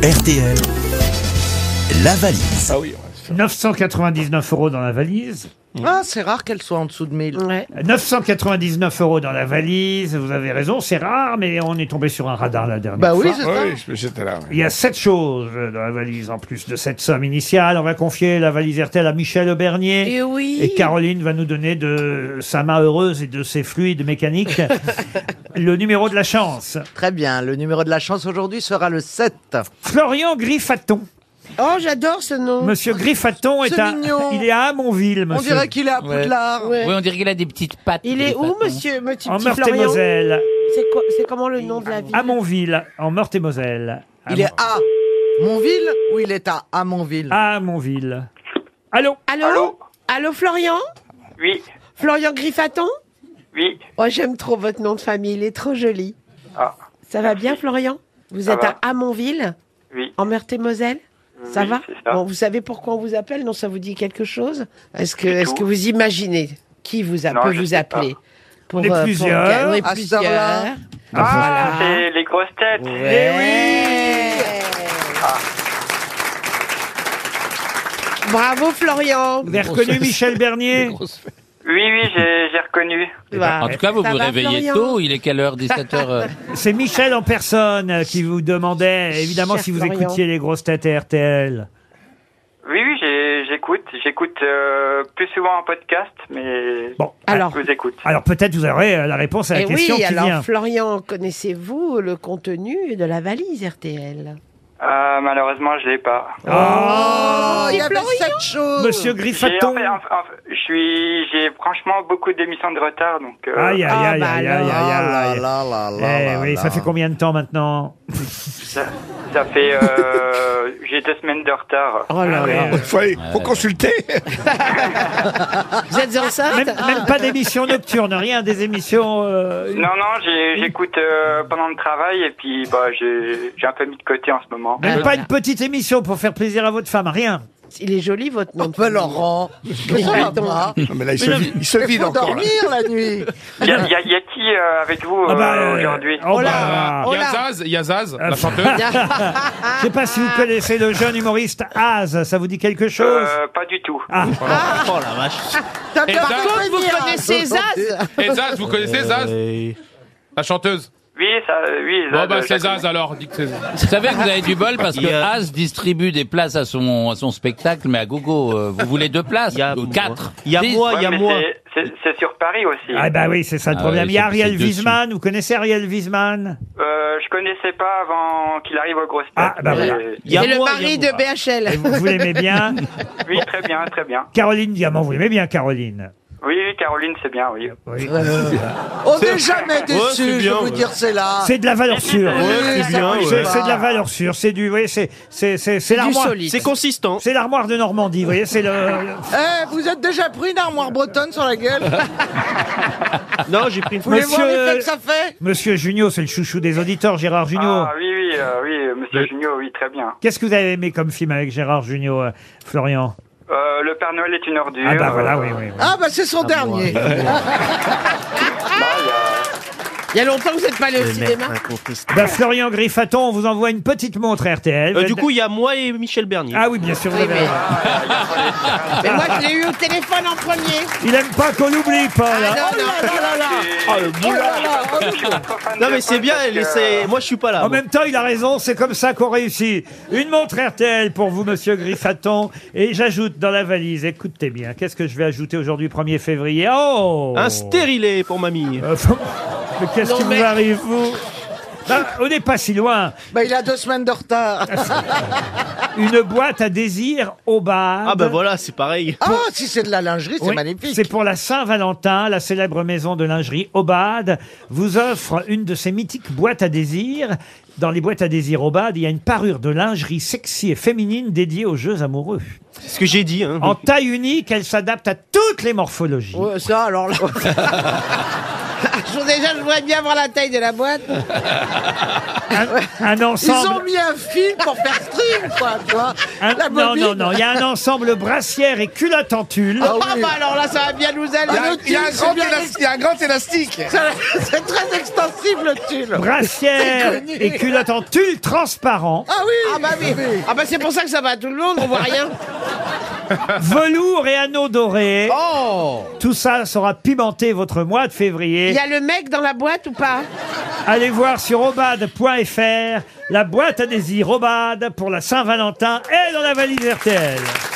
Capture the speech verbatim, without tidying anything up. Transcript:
R T L, la valise. Ah oui. neuf cent quatre-vingt-dix-neuf euros dans la valise. Ah, c'est rare qu'elle soit en dessous de mille. Ouais. neuf cent quatre-vingt-dix-neuf euros dans la valise. Vous avez raison, c'est rare, mais on est tombé sur un radar la dernière Bah fois. oui, c'est ça. Oui, je- j'étais là. Il y a sept choses dans la valise en plus de cette somme initiale. On va confier la valise R T L à Michel Bernier. Et oui. Et Caroline va nous donner de sa main heureuse et de ses fluides mécaniques le numéro de la chance. Très bien. Le numéro de la chance aujourd'hui sera le sept. Florian Griffaton. Oh, j'adore ce nom. Monsieur Griffaton est C'est à, mignon. il est à Amonville, On monsieur. dirait qu'il est à Poudlard. Ouais. Oui, on dirait qu'il a des petites pattes. Il est des où, patons. monsieur, monsieur En petit Florian Meurthe-et-Moselle. C'est quoi, c'est comment le nom de la ville? Amonville, en Meurthe-et-Moselle. Il est à Montville ou il est à Amonville? À Amonville. Allô? Allô? Allô Allô, Florian? Oui, Florian Griffaton? oui. Oh, j'aime trop votre nom de famille, il est trop joli. Ah, Ça va bien, Florian? Vous Ça êtes va. à Amonville, oui. en Meurthe-et-Moselle? Ça Oui, va? c'est ça. Bon, vous savez pourquoi on vous appelle? Non, ça vous dit quelque chose? Est-ce que, Du est-ce tout. que vous imaginez qui vous a, Non, peut je vous sais pas. appeler? Pour, On est euh, pour- plusieurs. on est À plusieurs. cette heure-là. Ah, voilà. c'est les grosses têtes. Ouais. Bravo, Florian. Vous avez reconnu Michel Bernier? Oui, oui, j'ai j'ai reconnu. Bah, En tout cas, vous ça vous va, réveillez Florian tôt. Il est quelle heure? dix-sept heures. C'est Michel en personne euh, qui vous demandait, évidemment, Cher si vous Florian. écoutiez les grosses têtes et R T L. Oui, oui, j'ai- j'écoute. J'écoute euh, plus souvent en podcast, mais Bon, Alors, je vous écoute. alors peut-être vous aurez euh, la réponse à la eh question oui, qui alors vient. Florian, connaissez-vous le contenu de la valise R T L? Euh, malheureusement, je l'ai pas. Oh, il y c'est avait Florian. sept choses. Monsieur J'ai Griffaton. en fait, en- en- je suis, j'ai franchement beaucoup d'émissions de retard, donc. euh, Aïe, aïe, Ah, aïe, bah aïe, aïe, alors. aïe, Ah aïe. là là là Eh là oui, là. ça fait combien de temps maintenant? ça, ça fait, euh, j'ai deux semaines de retard. Oh là Ah là. Il faut, aller- faut consulter. Vous êtes enceinte? Même, même pas d'émissions nocturnes, rien, des émissions... euh, Non, non, j'ai- j'écoute euh, pendant le travail et puis bah j'ai j'ai un peu mis de côté en ce moment. Même pas une petite émission pour faire plaisir à votre femme, rien. Il est joli, votre nom. Oh, bah, Laurent. Griffaton. Ah, Non, mais là, il se, vide, il se il vide faut encore. Là. dormir la nuit. Y a, y a- y a qui euh, avec vous Ah bah, euh, euh, aujourd'hui? oh Oh là. bah, Oh Il y a là. Zaz, il y a Zaz, Euh, la chanteuse. je sais pas si vous connaissez le jeune humoriste Az, ça vous dit quelque chose? Euh, pas du tout. Ah, Oh la vache. T'as Et peur Zaz, de Vous venir. connaissez Zaz? Et Zaz, vous connaissez Zaz? La chanteuse. Oui, ça, oui. Bon, Zaz, bah, je c'est la connais. Zaz alors. Dis que c'est Zaz. Vous savez que vous avez du bol parce que Az distribue des places à son, à son spectacle, mais à gogo, euh, vous voulez deux places? Il y a- Ou quatre? Il y a Six? moi, il y a Ouais, mais moi. c'est- C'est c'est sur Paris aussi. ah bah oui, c'est ça le Ah problème. ouais, Il y a c'est- Ariel c'est dessus. Wiesman, vous connaissez Ariel Wiesman? Euh, je connaissais pas avant qu'il arrive aux grosses têtes. Ah, bah mais- voilà. Il y a C'est le moi, mari il y a de moi. B H L. Et vous, vous l'aimez bien? Oui, très bien, très bien. Caroline Diamant, vous l'aimez bien Caroline? Oui, oui, Caroline, c'est bien, oui. Oui. On n'est jamais c'est déçu, je bien, vais vous ouais. dire, c'est là. C'est de la valeur sûre. Oui, c'est ça bien, bouge C'est pas. c'est de la valeur sûre. C'est du, vous voyez, c'est c'est c'est c'est Du l'armoire. solide. C'est consistant. C'est l'armoire de Normandie. Vous voyez, c'est le. le- Eh, vous êtes déjà pris une armoire bretonne sur la gueule? Non, j'ai pris une Vous voulez Monsieur- voir l'effet que ça fait? Monsieur Junio, c'est le chouchou des auditeurs, Gérard Junio. Ah oui, oui, euh, oui, euh, Monsieur Junio, oui, très bien. Qu'est-ce que vous avez aimé comme film avec Gérard Junio, euh, Florian? Euh, le Père Noël est une ordure. Ah bah voilà, euh, oui, oui. oui. Ah bah c'est son dernier. bah, il y a- Il y a longtemps que vous n'êtes pas allé au cinéma? Ben, Florian Griffaton, on vous envoie une petite montre R T L. Euh, du coup, il y a moi et Michel Bernier. Ah oui, bien sûr, vous Oui, avez mais- raison. Mais moi, je l'ai eu au téléphone en premier. Il aime pas qu'on l'oublie, Paul. Ah, hein. non, non. Oh le boulot. Je suis pas trop fan Non, de mais c'est Paul bien, parce que, c'est... moi je suis pas là. En moi. même temps, il a raison, c'est comme ça qu'on réussit. Une montre R T L pour vous, monsieur Griffaton. Et j'ajoute dans la valise, écoutez bien, qu'est-ce que je vais ajouter aujourd'hui, premier février? Oh Un stérilet pour mamie. Euh, Mais qu'est-ce Non, qui mais- vous arrive, vous? Ben, on n'est pas si loin. Bah il a deux semaines de retard. Une boîte à désir au bar. Ah bah voilà, c'est pareil. Ah, si c'est de la lingerie, c'est Oui, magnifique. c'est pour la Saint-Valentin, la célèbre maison de lingerie Obad vous offre une de ces mythiques boîtes à désir. Dans les boîtes à désir Obad, il y a une parure de lingerie sexy et féminine dédiée aux jeux amoureux. C'est ce que j'ai dit. Hein. En taille unique, elle s'adapte à toutes les morphologies. Ouais, ça alors là. Je, déjà, je voudrais bien voir la taille de la boîte. Un Ils ensemble. ont mis un fil pour faire string, quoi, tu vois. un- La non, bobine. non, non. Il y a un ensemble brassière et culotte en tulle. Ah Ah oui. bah alors là, ça va bien nous Il y a, aller. il y a un c'est grand bien élas- il y a un grand élastique. C'est très extensible, le tulle. Brassière C'est connu. et culotte en tulle transparent. Ah oui. Ah bah oui. Ah bah c'est pour ça que ça va à tout le monde, on voit rien. Velours et anneaux dorés. Oh. Tout ça saura pimenter votre mois de Il février. y a le mec dans la boîte ou pas? Allez voir sur obad point f r. La boîte à désir Obad pour la Saint-Valentin est dans la valise R T L.